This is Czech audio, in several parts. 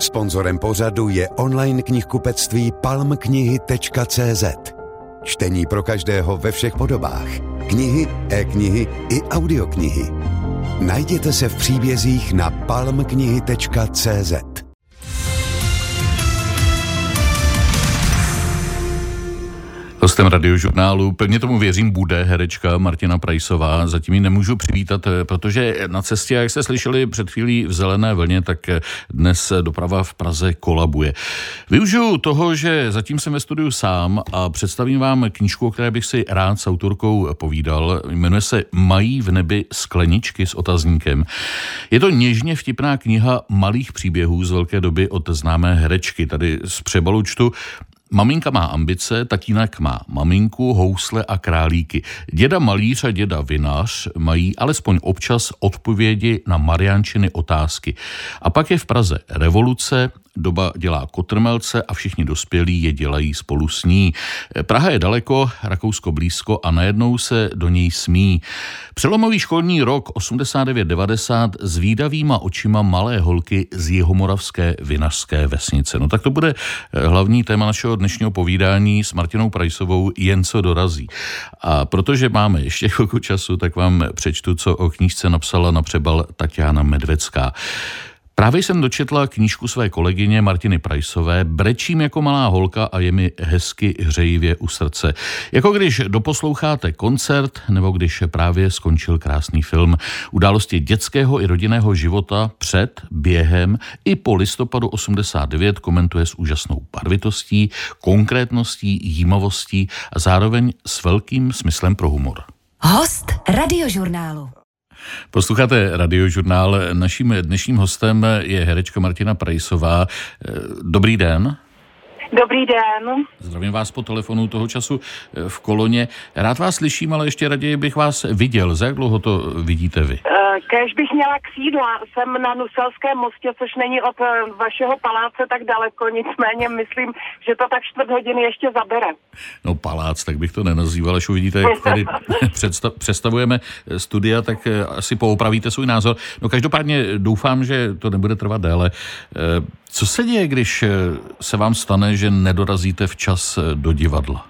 Sponzorem pořadu je online knihkupectví palmknihy.cz. Čtení pro každého ve všech podobách. Knihy, e-knihy i audioknihy. Najděte se v příbězích na palmknihy.cz. Hostem Radiožurnálu, pevně tomu věřím, bude herečka Martina Praisová. Zatím ji nemůžu přivítat, protože na cestě, jak jste slyšeli před chvílí v Zelené vlně, tak dnes doprava v Praze kolabuje. Využiju toho, že zatím jsem ve studiu sám a představím vám knížku, o které bych si rád s autorkou povídal. Jmenuje se Mají v nebi skleničky s otazníkem. Je to něžně vtipná kniha malých příběhů z velké doby od známé herečky. Tady z přebalu čtu: Maminka má ambice, tatínek má maminku, housle a králíky. Děda malíř a děda vinař mají alespoň občas odpovědi na Mariánčiny otázky. A pak je v Praze revoluce, doba dělá kotrmelce a všichni dospělí je dělají spolu s ní. Praha je daleko, Rakousko blízko a najednou se do něj smí. Přelomový školní rok 89-90 s výdavýma očima malé holky z jihomoravské vinařské vesnice. No tak to bude hlavní téma našeho dnešního povídání s Martinou Praisovou, jen co dorazí. A protože máme ještě chvilku času, tak vám přečtu, co o knížce napsala na přebal Tatiana Medvecká. Právě jsem dočetla knížku své kolegyně Martiny Praisové, brečím jako malá holka a je mi hezky hřejivě u srdce. Jako když doposloucháte koncert, nebo když právě skončil krásný film. Události dětského i rodinného života před, během i po listopadu 89 komentuje s úžasnou barvitostí, konkrétností, jímavostí a zároveň s velkým smyslem pro humor. Host Radiožurnálu. Posloucháte Radiožurnál. Naším dnešním hostem je herečka Martina Praisová. Dobrý den. Dobrý den. Zdravím vás po telefonu, toho času v koloně. Rád vás slyším, ale ještě raději bych vás viděl. Za jak dlouho to vidíte vy? Kéž bych měla křídla. Jsem na Nuselském mostě, což není od vašeho paláce tak daleko. Nicméně myslím, že to tak 4 hodiny ještě zabere. No palác, tak bych to nenazýval. Až uvidíte, jak tady představujeme studia, tak asi poopravíte svůj názor. No každopádně doufám, že to nebude trvat déle. Co se děje, když se vám stane, že nedorazíte včas do divadla?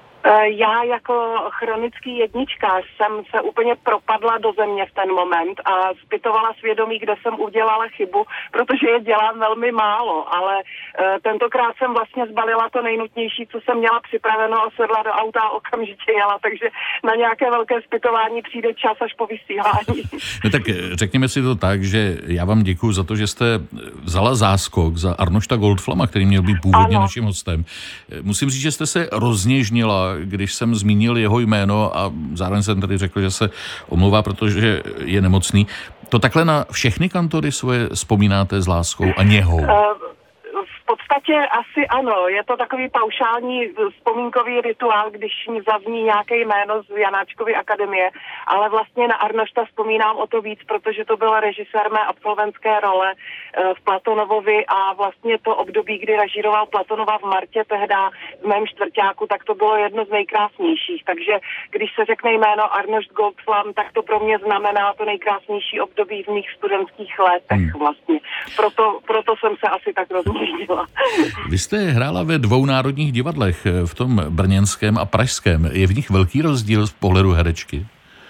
Já jako chronický jedničkář jsem se úplně propadla do země v ten moment a zpytovala svědomí, kde jsem udělala chybu, protože je dělám velmi málo, ale tentokrát jsem vlastně zbalila to nejnutnější, co jsem měla připraveno a sedla do auta a okamžitě jela, takže na nějaké velké zpytování přijde čas až po vysílání. No tak řekněme si to tak, že já vám děkuju za to, že jste vzala záskok za Arnošta Goldflama, který měl být původně naším hostem. Musím říct, že jste se rozněžnila, když jsem zmínil jeho jméno a zároveň jsem tady řekl, že se omlouvá, protože je nemocný. To takhle na všechny kantory svoje vzpomínáte s láskou a něhou? V podstatě asi ano, je to takový paušální vzpomínkový rituál, když zazní nějaké jméno z Janáčkovy akademie, ale vlastně na Arnošta vzpomínám o to víc, protože to byl režisér mé absolventské role v Platonovovi a vlastně to období, kdy režíroval Platonova v Martě tehda v mém čtvrťáku, tak to bylo jedno z nejkrásnějších, takže když se řekne jméno Arnošt Goldflam, tak to pro mě znamená to nejkrásnější období v mých studentských letech vlastně. Proto jsem se asi tak rozměřila. Vy jste hrála ve 2 národních divadlech, v tom brněnském a pražském. Je v nich velký rozdíl z pohledu herečky?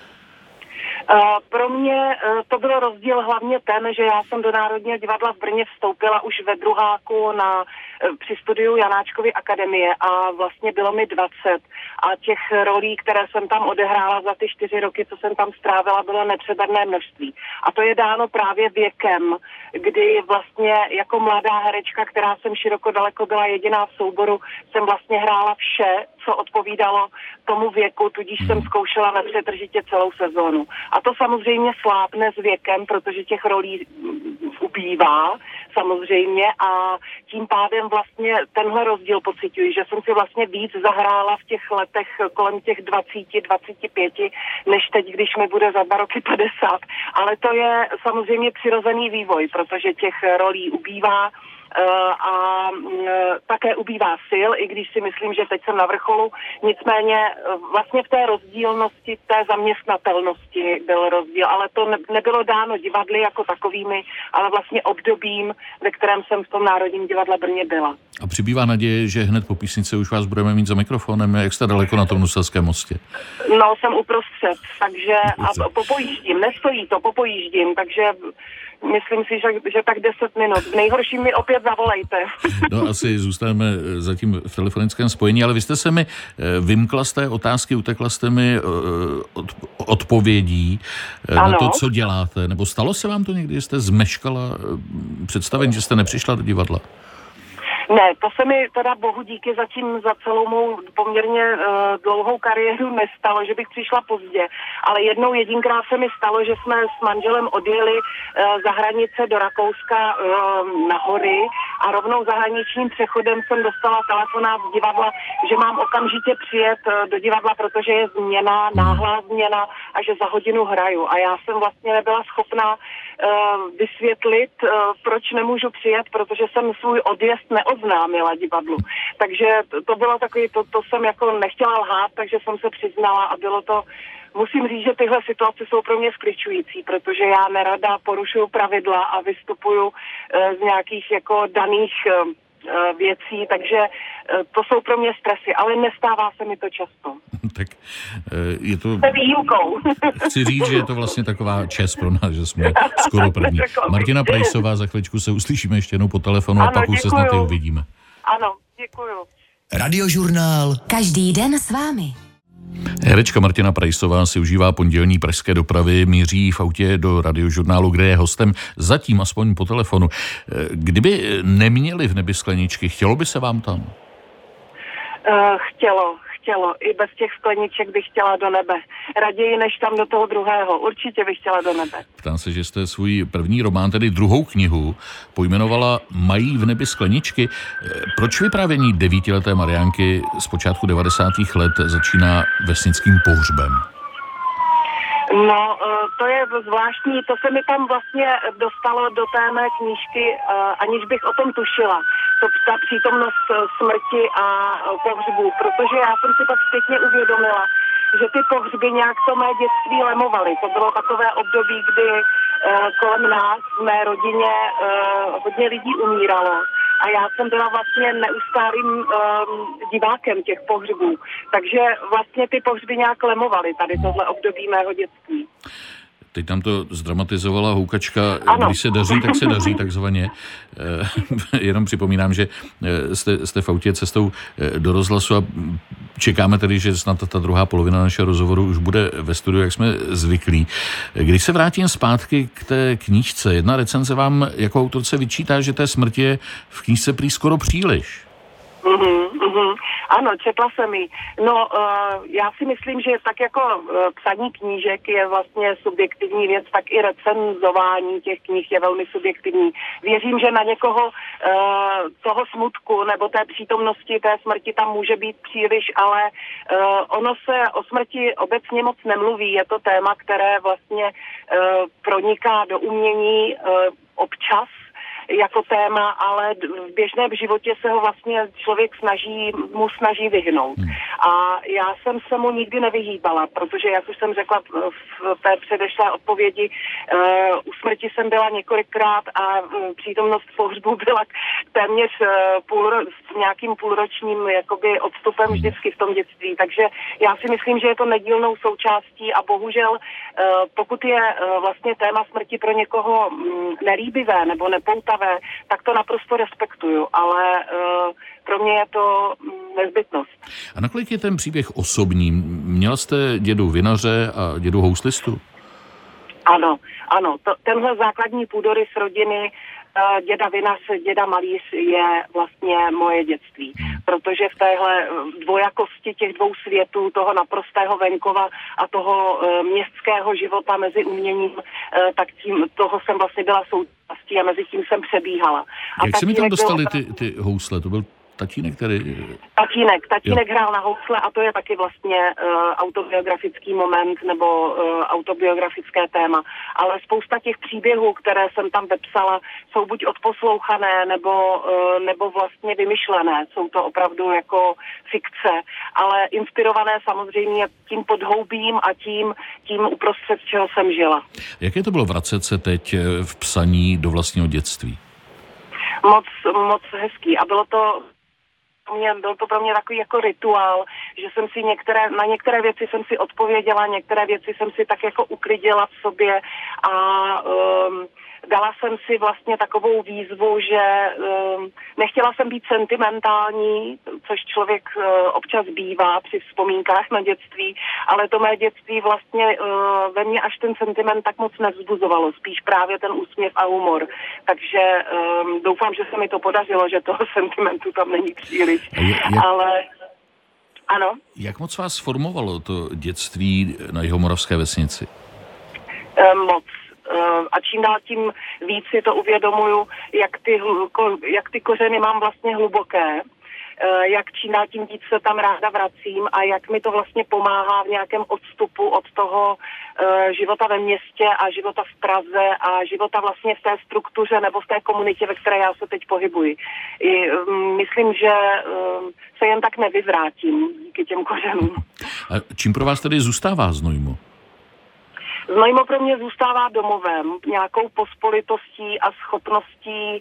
Pro mě to byl rozdíl hlavně ten, že já jsem do Národního divadla v Brně vstoupila už ve druháku při studiu Janáčkovy akademie a vlastně bylo mi 20 a těch rolí, které jsem tam odehrála za ty 4 roky, co jsem tam strávila, bylo nepřeberné množství. A to je dáno právě věkem, kdy vlastně jako mladá herečka, která jsem široko daleko byla jediná v souboru, jsem vlastně hrála vše, co odpovídalo tomu věku, tudíž jsem zkoušela nepřetržitě celou sezónu. A to samozřejmě slábne s věkem, protože těch rolí ubývá samozřejmě a tím pádem vlastně tenhle rozdíl pociťuji, že jsem si vlastně víc zahrála v těch letech kolem těch 20-25, než teď, když mi bude za 2 roky 50. Ale to je samozřejmě přirozený vývoj, protože těch rolí ubývá a také ubývá sil, i když si myslím, že teď jsem na vrcholu. Nicméně vlastně v té rozdílnosti, té zaměstnatelnosti byl rozdíl, ale to nebylo dáno divadly jako takovými, ale vlastně obdobím, ve kterém jsem v tom Národním divadle Brně byla. A přibývá naděje, že hned po písnice už vás budeme mít za mikrofonem. Jak jste daleko na tom Nuselském mostě? No, jsem uprostřed, takže a popojíždím, nestojí to, popojíždím, takže myslím si, že tak 10 minut. V nejhorším mi opět zavolejte. No, asi zůstaneme zatím v telefonickém spojení, ale vy jste se mi vymkla z té otázky, utekla jste mi odpovědí na to, co děláte. Nebo stalo se vám to někdy, že jste zmeškala představení, že jste nepřišla do divadla? Ne, to se mi teda bohu díky zatím za celou mou poměrně dlouhou kariéru nestalo, že bych přišla pozdě, ale jednou jedinkrát se mi stalo, že jsme s manželem odjeli za hranice do Rakouska na hory a rovnou za hraničním přechodem jsem dostala telefonát z divadla, že mám okamžitě přijet do divadla, protože je změna, náhlá změna a že za hodinu hraju. A já jsem vlastně nebyla schopná vysvětlit, proč nemůžu přijet, protože jsem svůj odjezd neoznámila divadlu. Takže to bylo takový, to jsem jako nechtěla lhát, takže jsem se přiznala a bylo to, musím říct, že tyhle situace jsou pro mě skličující, protože já nerada porušuju pravidla a vystupuju z nějakých jako daných věcí, takže to jsou pro mě stresy, ale nestává se mi to často. Tak je to... Se výjimkou. Chci říct, že je to vlastně taková čest pro nás, že jsme skoro první. Martina Praisová, za chvíličku se uslyšíme ještě jednou po telefonu a pak už se snad i uvidíme. Ano, děkuju. Radiožurnál. Každý den s vámi. Herečka Martina Praisová si užívá pondělní pražské dopravy, míří v autě do Radiožurnálu, kde je hostem, zatím aspoň po telefonu. Kdyby neměli v nebi skleničky, chtělo by se vám tam? Chtělo. I bez těch skleniček bych chtěla do nebe. Raději než tam do toho druhého. Určitě bych chtěla do nebe. Ptám se, že jste svůj první román, tedy druhou knihu, pojmenovala Mají v nebi skleničky. Proč vyprávění 9leté Mariánky z počátku 90. let začíná vesnickým pohřbem? No, to je zvláštní, to se mi tam vlastně dostalo do té mé knížky, aniž bych o tom tušila. Ta přítomnost smrti a pohřbů, protože já jsem si tak zpětně uvědomila, že ty pohřby nějak to mé dětství lemovaly. To bylo takové období, kdy kolem nás, v mé rodině, hodně lidí umíralo. A já jsem byla vlastně neustálým divákem těch pohřbů. Takže vlastně ty pohřby nějak lemovaly tady tohle období mého dětství. Teď tam to zdramatizovala houkačka, když se daří, tak se daří takzvaně. Jenom připomínám, že jste v autě cestou do rozhlasu a čekáme tedy, že snad ta druhá polovina našeho rozhovoru už bude ve studiu, jak jsme zvyklí. Když se vrátím zpátky k té knížce, jedna recenze vám jako autorce vyčítá, že té smrti je v knížce prý skoro příliš. Ano, četla jsem ji. No, já si myslím, že tak jako psaní knížek je vlastně subjektivní věc, tak i recenzování těch knih je velmi subjektivní. Věřím, že na někoho toho smutku nebo té přítomnosti té smrti tam může být příliš, ale ono se o smrti obecně moc nemluví. Je to téma, které vlastně proniká do umění občas jako téma, ale v běžném životě se ho vlastně člověk snaží vyhnout. A já jsem se mu nikdy nevyhýbala, protože, jak už jsem řekla v té předešlé odpovědi, u smrti jsem byla několikrát a přítomnost pohřbu byla téměř s nějakým půlročním jakoby odstupem vždycky v tom dětství. Takže já si myslím, že je to nedílnou součástí a bohužel, pokud je vlastně téma smrti pro někoho nelíbivé nebo nepoutavé, tak to naprosto respektuju, ale pro mě je to nezbytnost. A nakolik je ten příběh osobní? Měla jste dědu vinaře a dědu houslistu? Ano. Tenhle základní půdorys rodiny děda vinař, děda malíř je vlastně moje dětství. Protože v téhle dvojakosti těch dvou světů, toho naprostého venkova a toho městského života mezi uměním, tak toho jsem vlastně byla součástí a mezi tím jsem přebíhala. Jak se mi tam dostaly ty housle? To byl Tatínek tedy? Tatínek hrál na housle a to je taky vlastně autobiografický moment nebo autobiografické téma. Ale spousta těch příběhů, které jsem tam vepsala, jsou buď odposlouchané nebo vlastně vymyšlené. Jsou to opravdu jako fikce, ale inspirované samozřejmě tím podhoubím a tím uprostřed čeho jsem žila. Jaké to bylo vracet se teď v psaní do vlastního dětství? Moc hezký a byl to pro mě takový jako rituál, že jsem si na některé věci jsem si odpověděla, některé věci jsem si tak jako uklidila v sobě a dala jsem si vlastně takovou výzvu, že nechtěla jsem být sentimentální, což člověk občas bývá při vzpomínkách na dětství, ale to mé dětství vlastně ve mně až ten sentiment tak moc nevzbuzovalo, spíš právě ten úsměv a humor. Takže doufám, že se mi to podařilo, že toho sentimentu tam není příliš. Ale ano. Jak moc vás formovalo to dětství na jihomoravské vesnici? Moc. A čím dál tím víc si to uvědomuju, jak ty kořeny mám vlastně hluboké, jak čím dál tím víc se tam ráda vracím a jak mi to vlastně pomáhá v nějakém odstupu od toho života ve městě a života v Praze a života vlastně v té struktuře nebo v té komunitě, ve které já se teď pohybuji. Myslím, že se jen tak nevyvrátím díky těm kořenům. A čím pro vás tedy zůstává Znojmo? Znojmo pro mě zůstává domovem, nějakou pospolitostí a schopností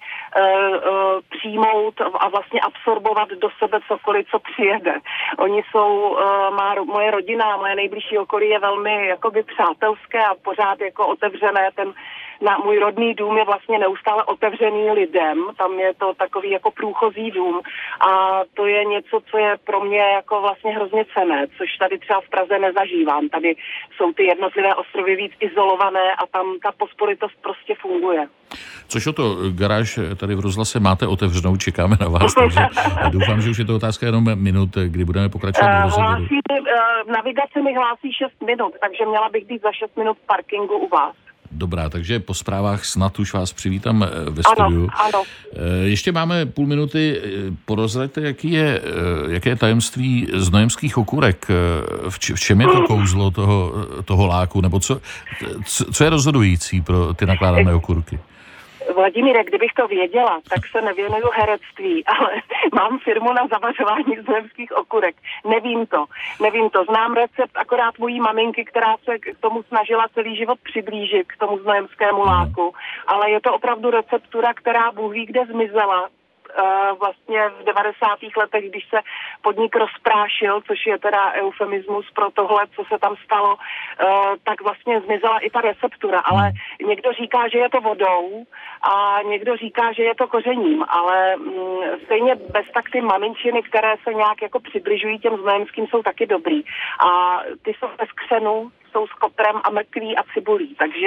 přijmout a vlastně absorbovat do sebe cokoliv, co přijede. Oni jsou, moje rodina, moje nejbližší okolí je velmi jakoby přátelské a pořád jako otevřené. Můj rodný dům je vlastně neustále otevřený lidem, tam je to takový jako průchozí dům a to je něco, co je pro mě jako vlastně hrozně cenné, což tady třeba v Praze nezažívám. Tady jsou ty jednotlivé ostrovy víc izolované a tam ta pospolitost prostě funguje. Což o to, garáž tady v rozhlase máte otevřenou, čekáme na vás, takže doufám, že už je to otázka jenom minut, kdy budeme pokračovat v rozhovoru. Navigace mi hlásí 6 minut, takže měla bych být za 6 minut v parkingu u vás. Dobrá, takže po zprávách snad už vás přivítám ve studiu. Ano. Ještě máme půl minuty. Porozraďte, jaké je tajemství znojemských okurek. V čem je to kouzlo toho láku? Nebo co je rozhodující pro ty nakládané okurky? Vladimíre, kdybych to věděla, tak se nevěnuju herectví, ale mám firmu na zavařování znojemských okurek. Nevím to. Znám recept akorát mojí maminky, která se k tomu snažila celý život přiblížit, k tomu znojemskému láku, ale je to opravdu receptura, která Bůh ví kde zmizela. Vlastně v 90. letech, když se podnik rozprášil, což je teda eufemismus pro tohle, co se tam stalo, tak vlastně zmizela i ta receptura, ale někdo říká, že je to vodou a někdo říká, že je to kořením, ale stejně bez tak ty maminčiny, které se nějak jako přibližují těm znojemským, jsou taky dobrý a ty jsou bez křenu, jsou s koprem a mrkví a cibulí, takže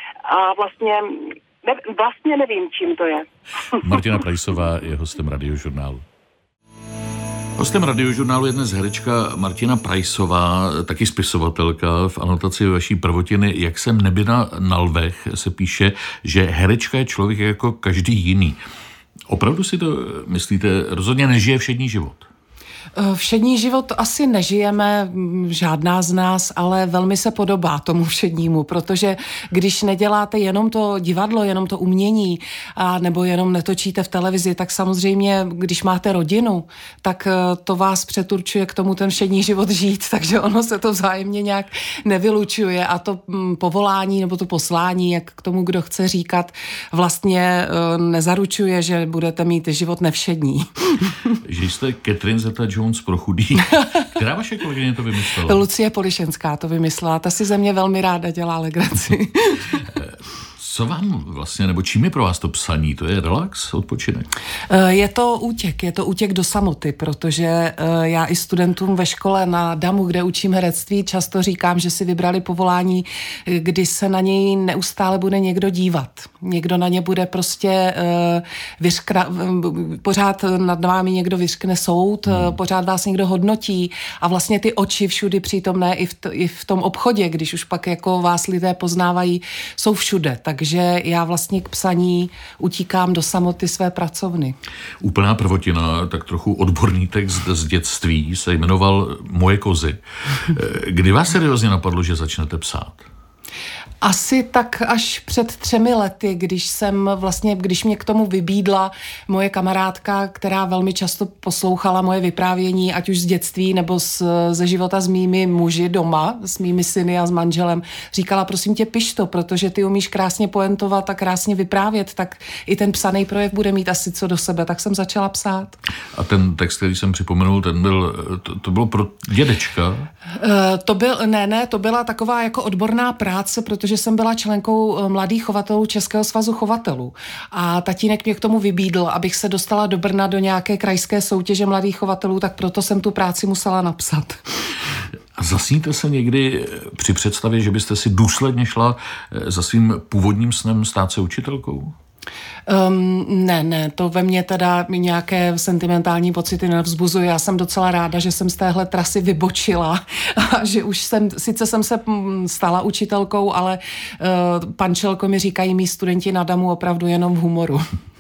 vlastně nevím, čím to je. Martina Praisová je hostem Radiožurnálu. Hostem Radiožurnálu je dnes herečka Martina Praisová, taky spisovatelka. V anotaci vaší prvotiny Jak jsem nebyla na lvech se píše, že herečka je člověk jako každý jiný. Opravdu si to myslíte? Rozhodně nežije všední život. Všední život asi nežijeme, žádná z nás, ale velmi se podobá tomu všednímu, protože když neděláte jenom to divadlo, jenom to umění, nebo jenom netočíte v televizi, tak samozřejmě, když máte rodinu, tak to vás přeturčuje k tomu ten všední život žít, takže ono se to vzájemně nějak nevylučuje a to povolání nebo to poslání, jak k tomu kdo chce říkat, vlastně nezaručuje, že budete mít život nevšední. Že jste Catherine Zeta-Jones pro chudý. Která vaše kolegyně to vymyslela? Lucie Polišenská to vymyslela. Ta si ze mě velmi ráda dělá legraci. Co vám vlastně, nebo čím je pro vás to psaní? To je relax, odpočinek? Je to útěk do samoty, protože já i studentům ve škole na DAMu, kde učím herectví, často říkám, že si vybrali povolání, kdy se na něj neustále bude někdo dívat. Někdo na ně bude prostě pořád nad vámi někdo vyřkne soud, pořád vás někdo hodnotí a vlastně ty oči všudy přítomné i v tom obchodě, když už pak jako vás lidé poznávají, jsou všude. Takže takže já vlastně k psaní utíkám do samoty své pracovny. Úplná prvotina, tak trochu odborný text z dětství se jmenoval Moje kozy. Kdy vás seriózně napadlo, že začnete psát? Asi tak až před 3 lety, když mě k tomu vybídla moje kamarádka, která velmi často poslouchala moje vyprávění, ať už z dětství nebo ze života s mými muži doma, s mými syny a s manželem. Říkala, prosím tě, piš to, protože ty umíš krásně poentovat a krásně vyprávět, tak i ten psaný projev bude mít asi co do sebe. Tak jsem začala psát. A ten text, který jsem připomenul, to bylo pro dědečka? To byla taková jako odborná práce, protože jsem byla členkou mladých chovatelů Českého svazu chovatelů. A tatínek mě k tomu vybídl, abych se dostala do Brna do nějaké krajské soutěže mladých chovatelů, tak proto jsem tu práci musela napsat. A zasníte se někdy při představě, že byste si důsledně šla za svým původním snem stát se učitelkou? Ne, to ve mně teda nějaké sentimentální pocity nevzbuzuje. Já jsem docela ráda, že jsem z téhle trasy vybočila a že už sice jsem se stala učitelkou, ale pančelko mi říkají mí studenti na Damu opravdu jenom v humoru.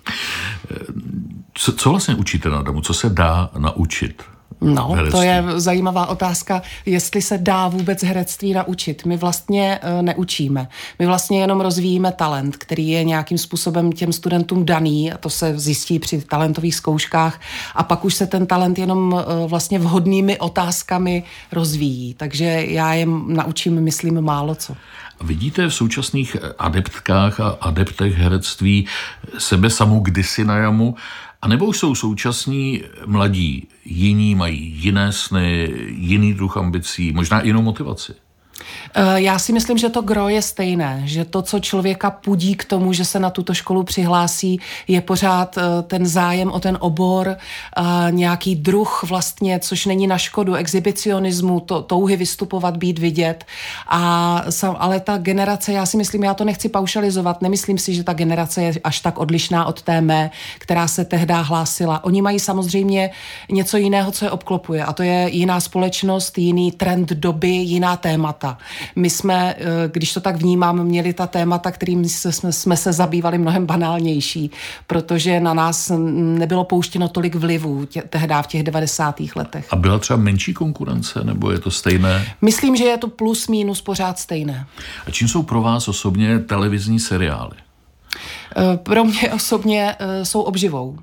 Co vlastně učíte na Damu? Co se dá naučit? No, herectví? To je zajímavá otázka, jestli se dá vůbec herectví naučit. My vlastně neučíme. My vlastně jenom rozvíjíme talent, který je nějakým způsobem těm studentům daný, a to se zjistí při talentových zkouškách, a pak už se ten talent jenom vlastně vhodnými otázkami rozvíjí. Takže já jim naučím, myslím, málo co. Vidíte v současných adeptkách a adeptech herectví sebe samou kdysi na jamu, a nebo už jsou současní mladí, jiní mají jiné sny, jiný druh ambicí, možná jinou motivaci? Já si myslím, že to gro je stejné, že to, co člověka pudí k tomu, že se na tuto školu přihlásí, je pořád ten zájem o ten obor, nějaký druh vlastně, což není na škodu exhibicionismu, touhy vystupovat, být vidět. Ale ta generace, já si myslím, já to nechci paušalizovat, nemyslím si, že ta generace je až tak odlišná od té mé, která se tehdy hlásila. Oni mají samozřejmě něco jiného, co je obklopuje, a to je jiná společnost, jiný trend doby, jiná témata. My jsme, když to tak vnímám, měli ta témata, kterým jsme se zabývali mnohem banálnější, protože na nás nebylo pouštěno tolik vlivů tehdy v těch 90. letech. A byla třeba menší konkurence, nebo je to stejné? Myslím, že je to plus minus pořád stejné. A čím jsou pro vás osobně televizní seriály? Pro mě osobně jsou obživou.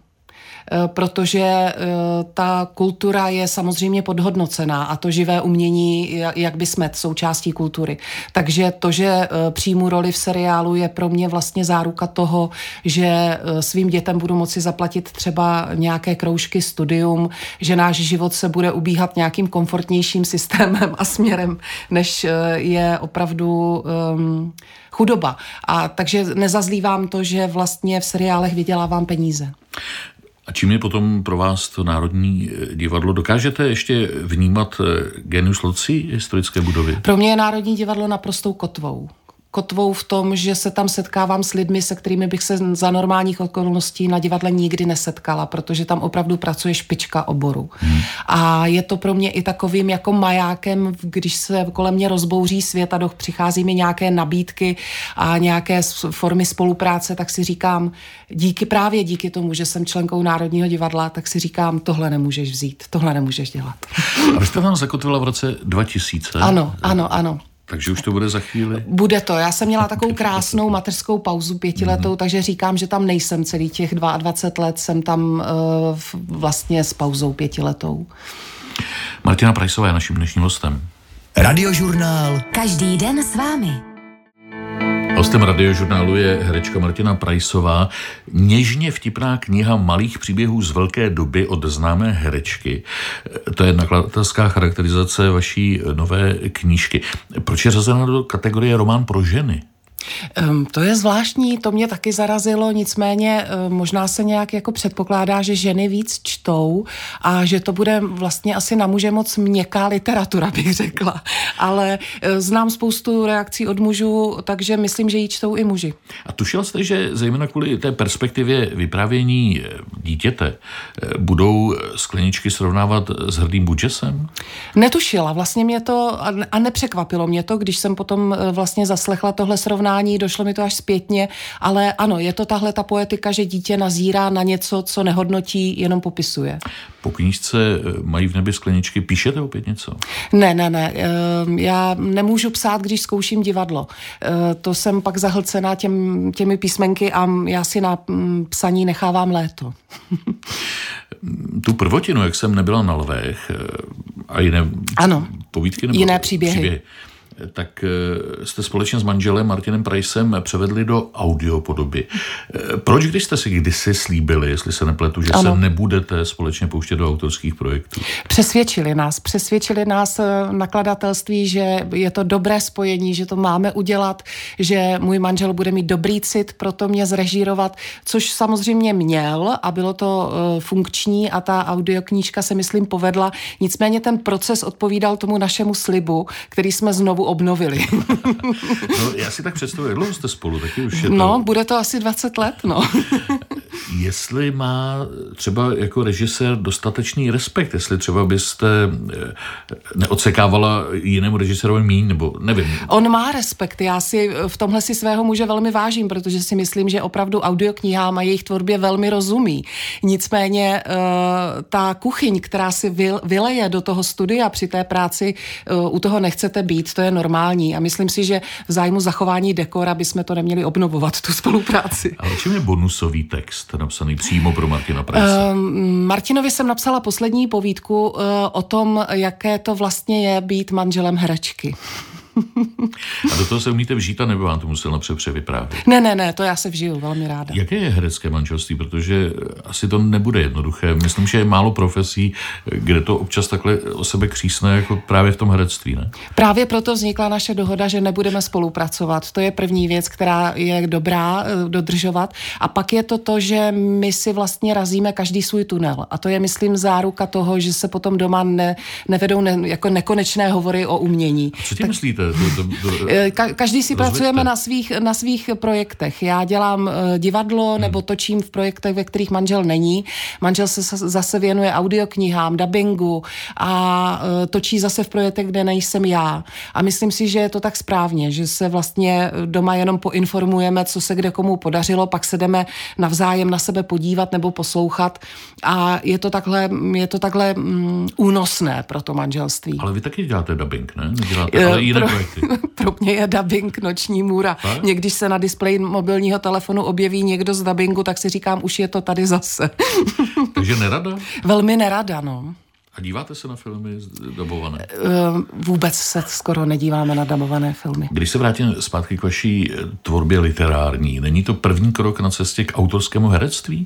Protože ta kultura je samozřejmě podhodnocená a to živé umění, jak by smet, součástí kultury. Takže to, že přijmu roli v seriálu, je pro mě vlastně záruka toho, že svým dětem budu moci zaplatit třeba nějaké kroužky, studium, že náš život se bude ubíhat nějakým komfortnějším systémem a směrem, než je opravdu chudoba. A takže nezazlívám to, že vlastně v seriálech vydělávám peníze. A čím je potom pro vás to Národní divadlo? Dokážete ještě vnímat genius loci historické budovy? Pro mě je Národní divadlo naprostou kotvou. Kotvou v tom, že se tam setkávám s lidmi, se kterými bych se za normálních okolností na divadle nikdy nesetkala, protože tam opravdu pracuje špička oboru. A je to pro mě i takovým jako majákem, když se kolem mě rozbouří svět a přichází mi nějaké nabídky a nějaké formy spolupráce, tak si říkám, právě díky tomu, že jsem členkou Národního divadla, tak si říkám, tohle nemůžeš vzít, tohle nemůžeš dělat. A vy jste tam zakotvila v roce 2000? Ano. Takže už to bude za chvíli? Bude to. Já jsem měla takovou krásnou mateřskou pauzu 5letou, takže říkám, že tam nejsem celý těch 22 let, jsem tam vlastně s pauzou 5letou. Martina Praisová je naším dnešním hostem. Radiožurnál. Každý den s vámi. Hostem Radiožurnálu je herečka Martina Praisová. Něžně vtipná kniha malých příběhů z velké doby od známé herečky. To je nakladatelská charakterizace vaší nové knížky. Proč je řazena do kategorie román pro ženy? To je zvláštní, to mě taky zarazilo, nicméně možná se nějak jako předpokládá, že ženy víc čtou a že to bude vlastně asi na muže moc měkká literatura, bych řekla. Ale znám spoustu reakcí od mužů, takže myslím, že ji čtou i muži. A tušila jste, že zejména kvůli té perspektivě vyprávění dítěte budou skleničky srovnávat s Hrdým Budžesem? Netušila, vlastně mě to a nepřekvapilo mě to, když jsem potom vlastně zaslechla tohle srovnání, přirovnání, došlo mi to až zpětně, ale ano, je to tahle ta poetika, že dítě nazírá na něco, co nehodnotí, jenom popisuje. Po knížce Mají v nebi skleničky píšete opět něco? Ne. Já nemůžu psát, když zkouším divadlo. To jsem pak zahlcená těmi písmenky a já si na psaní nechávám léto. Tu prvotinu, jak jsem nebyla na lvech a jiné povídky nebo jiné příběhy, tak jste společně s manželem Martinem Praisem převedli do audiopodoby. Proč, když jste si kdysi slíbili, jestli se nepletu, že se nebudete společně pouštět do autorských projektů? Přesvědčili nás nakladatelství, že je to dobré spojení, že to máme udělat, že můj manžel bude mít dobrý cit pro to mě zrežírovat, což samozřejmě měl a bylo to funkční a ta audioknížka se, myslím, povedla. Nicméně ten proces odpovídal tomu našemu slibu, který jsme znovu obnovili. No, já si tak představuji, jak dlouho jste spolu, taky už je to... No, bude to asi 20 let, no. Jestli má třeba jako režisér dostatečný respekt, jestli třeba byste neodsekávala jinému režisérovi míň, nebo nevím. On má respekt, já si v tomhle si svého muže velmi vážím, protože si myslím, že opravdu audioknihám a jejich tvorbě velmi rozumí. Nicméně ta kuchyň, která si vyleje do toho studia při té práci, u toho nechcete být, to je normální a myslím si, že v zájmu zachování dekora bychom to neměli obnovovat, tu spolupráci. Ale čím je bonusový text napsaný přímo pro Martina Praise? Martinovi jsem napsala poslední povídku o tom, jaké to vlastně je být manželem herečky. A do toho se umíte vžít a nebo vám to musel napřed převyprávět? Ne, to já se vžiju velmi ráda. Jaké je herecké manželství? Protože asi to nebude jednoduché. Myslím, že je málo profesí, kde to občas takhle o sebe křísne, jako právě v tom herectví, ne? Právě proto vznikla naše dohoda, že nebudeme spolupracovat. To je první věc, která je dobrá dodržovat. A pak je to, že my si vlastně razíme každý svůj tunel. A to je, myslím, záruka toho, že se potom doma nevedou jako nekonečné hovory o umění. Co tím myslíte? Každý si pracujeme na svých projektech. Já dělám divadlo nebo točím v projektech, ve kterých manžel není. Manžel se zase věnuje audioknihám, dabingu a točí zase v projektech, kde nejsem já. A myslím si, že je to tak správně, že se vlastně doma jenom poinformujeme, co se kde komu podařilo, pak se jdeme navzájem na sebe podívat nebo poslouchat a je to takhle únosné pro to manželství. Ale vy taky děláte dabing, ne? Neděláte, ale jiné projekty. Pro mě je dabing noční můra. Někdy, když se na displeji mobilního telefonu objeví někdo z dabingu, tak si říkám, už je to tady zase. Takže nerada? Velmi nerada, no. A díváte se na filmy dabované? Vůbec se skoro nedíváme na dabované filmy. Když se vrátím zpátky k vaší tvorbě literární, není to první krok na cestě k autorskému herectví?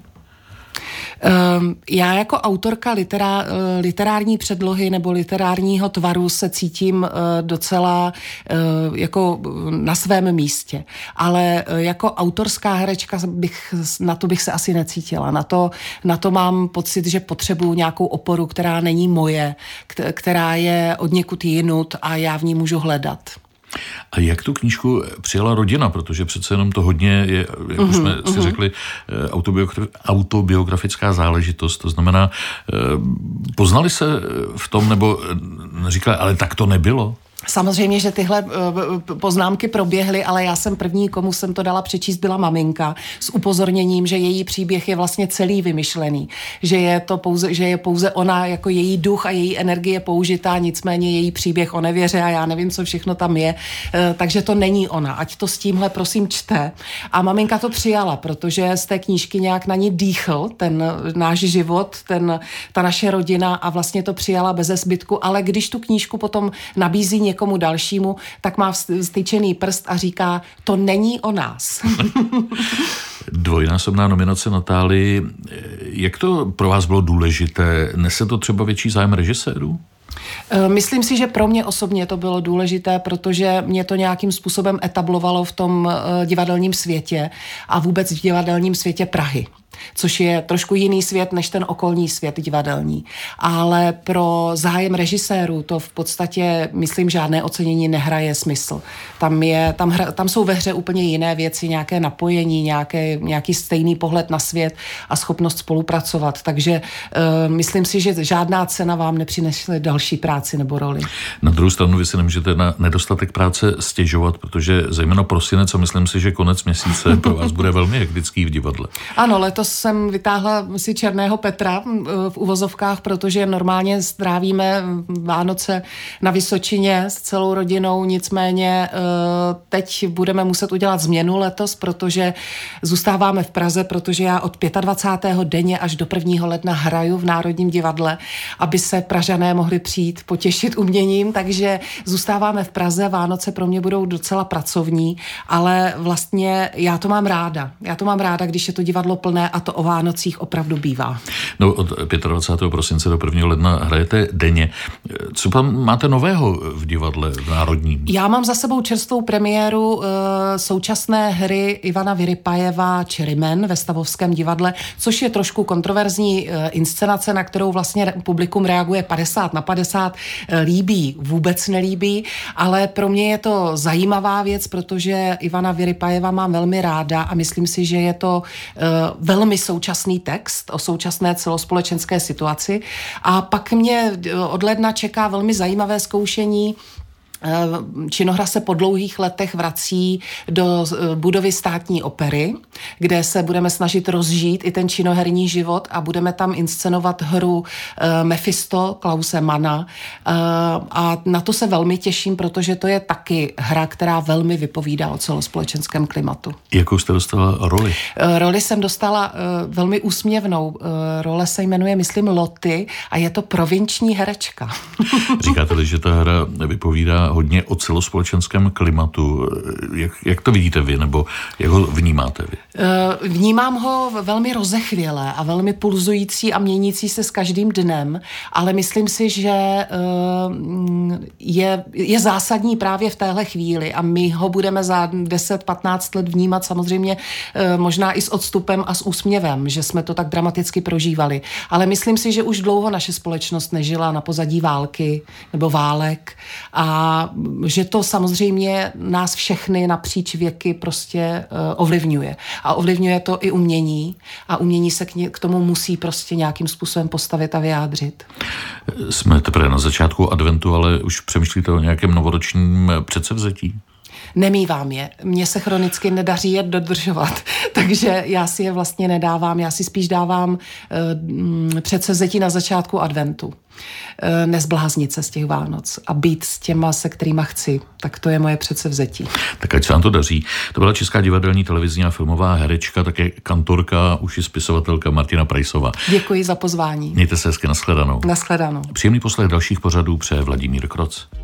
Já jako autorka literární předlohy nebo literárního tvaru se cítím docela jako na svém místě. Ale jako autorská herečka na to bych se asi necítila. Na to mám pocit, že potřebuju nějakou oporu, která není moje, která je odněkud jinut a já v ní můžu hledat. A jak tu knížku přijala rodina? Protože přece jenom to hodně je, jak už jsme si řekli, autobiografická záležitost. To znamená, poznali se v tom, nebo říkali, ale tak to nebylo? Samozřejmě, že tyhle poznámky proběhly, ale já jsem první, komu jsem to dala přečíst, byla maminka s upozorněním, že její příběh je vlastně celý vymyšlený, že je pouze ona jako její duch a její energie použitá, nicméně její příběh o nevěře a já nevím, co všechno tam je, takže to není ona, ať to s tímhle prosím čte. A maminka to přijala, protože z té knížky nějak na ní dýchl ten náš život, ta naše rodina a vlastně to přijala beze zbytku, ale když tu knížku potom nabízí někomu dalšímu, tak má vstyčený prst a říká, to není o nás. Dvojnásobná nominace Natálii. Jak to pro vás bylo důležité? Nese to třeba větší zájem režisérů? Myslím si, že pro mě osobně to bylo důležité, protože mě to nějakým způsobem etablovalo v tom divadelním světě a vůbec v divadelním světě Prahy. což je trošku jiný svět než ten okolní svět divadelní. Ale pro zájem režisérů to v podstatě, myslím, žádné ocenění nehraje smysl. Tam jsou ve hře úplně jiné věci, nějaké napojení, nějaký stejný pohled na svět a schopnost spolupracovat. Takže myslím si, že žádná cena vám nepřinese další práci nebo roli. Na druhou stranu vy si nemůžete na nedostatek práce stěžovat, protože zejména prosinec a myslím si, že konec měsíce pro vás bude velmi hektický v divadle. Ano, letos jsem vytáhla si Černého Petra v uvozovkách, protože normálně strávíme Vánoce na Vysočině s celou rodinou, nicméně teď budeme muset udělat změnu letos, protože zůstáváme v Praze, protože já od 25. denně až do 1. ledna hraju v Národním divadle, aby se Pražané mohli přijít potěšit uměním, takže zůstáváme v Praze, Vánoce pro mě budou docela pracovní, ale vlastně já to mám ráda. Já to mám ráda, když je to divadlo plné a to o Vánocích opravdu bývá. No, od 25. prosince do 1. ledna hrajete denně. Co tam máte nového v divadle v Národním? Já mám za sebou čerstvou premiéru současné hry Ivana Vyrypajeva Čerimen ve Stavovském divadle, což je trošku kontroverzní inscenace, na kterou vlastně publikum reaguje 50/50, líbí, vůbec nelíbí, ale pro mě je to zajímavá věc, protože Ivana Vyrypajeva mám velmi ráda a myslím si, že je to velmi současný text o současné celospolečenské situaci. A pak mě od ledna čeká velmi zajímavé zkoušení. Činohra se po dlouhých letech vrací do budovy Státní opery, kde se budeme snažit rozžít i ten činoherní život a budeme tam inscenovat hru Mephisto Klause Manna. A na to se velmi těším, protože to je taky hra, která velmi vypovídá o celospolečenském klimatu. Jakou jste dostala roli? Roli jsem dostala velmi úsměvnou. Role se jmenuje, myslím, Loty a je to provinční herečka. Říkáte-li, že ta hra vypovídá hodně o celospolečenském klimatu. Jak to vidíte vy, nebo jak ho vnímáte vy? Vnímám ho velmi rozechvělé a velmi pulzující a měnící se s každým dnem, ale myslím si, že je zásadní právě v téhle chvíli a my ho budeme za 10-15 let vnímat samozřejmě možná i s odstupem a s úsměvem, že jsme to tak dramaticky prožívali. Ale myslím si, že už dlouho naše společnost nežila na pozadí války nebo válek a že to samozřejmě nás všechny napříč věky prostě ovlivňuje. A ovlivňuje to i umění a umění se k tomu musí prostě nějakým způsobem postavit a vyjádřit. Jsme teprve na začátku adventu, ale už přemýšlíte o nějakém novoročním předsevzetí? Nemívám je. Mně se chronicky nedaří je dodržovat, takže já si je vlastně nedávám. Já si spíš dávám předsevzetí na začátku adventu. Nezbláznit se z těch Vánoc a být s těma, se kterýma chci. Tak to je moje předsevzetí. Tak ať se vám to daří. To byla česká divadelní, televizní a filmová herečka, také kantorka, už i spisovatelka Martina Praisová. Děkuji za pozvání. Mějte se hezky, nashledanou. Nashledanou. Příjemný poslech dalších pořadů přeje Vladimír Kroc.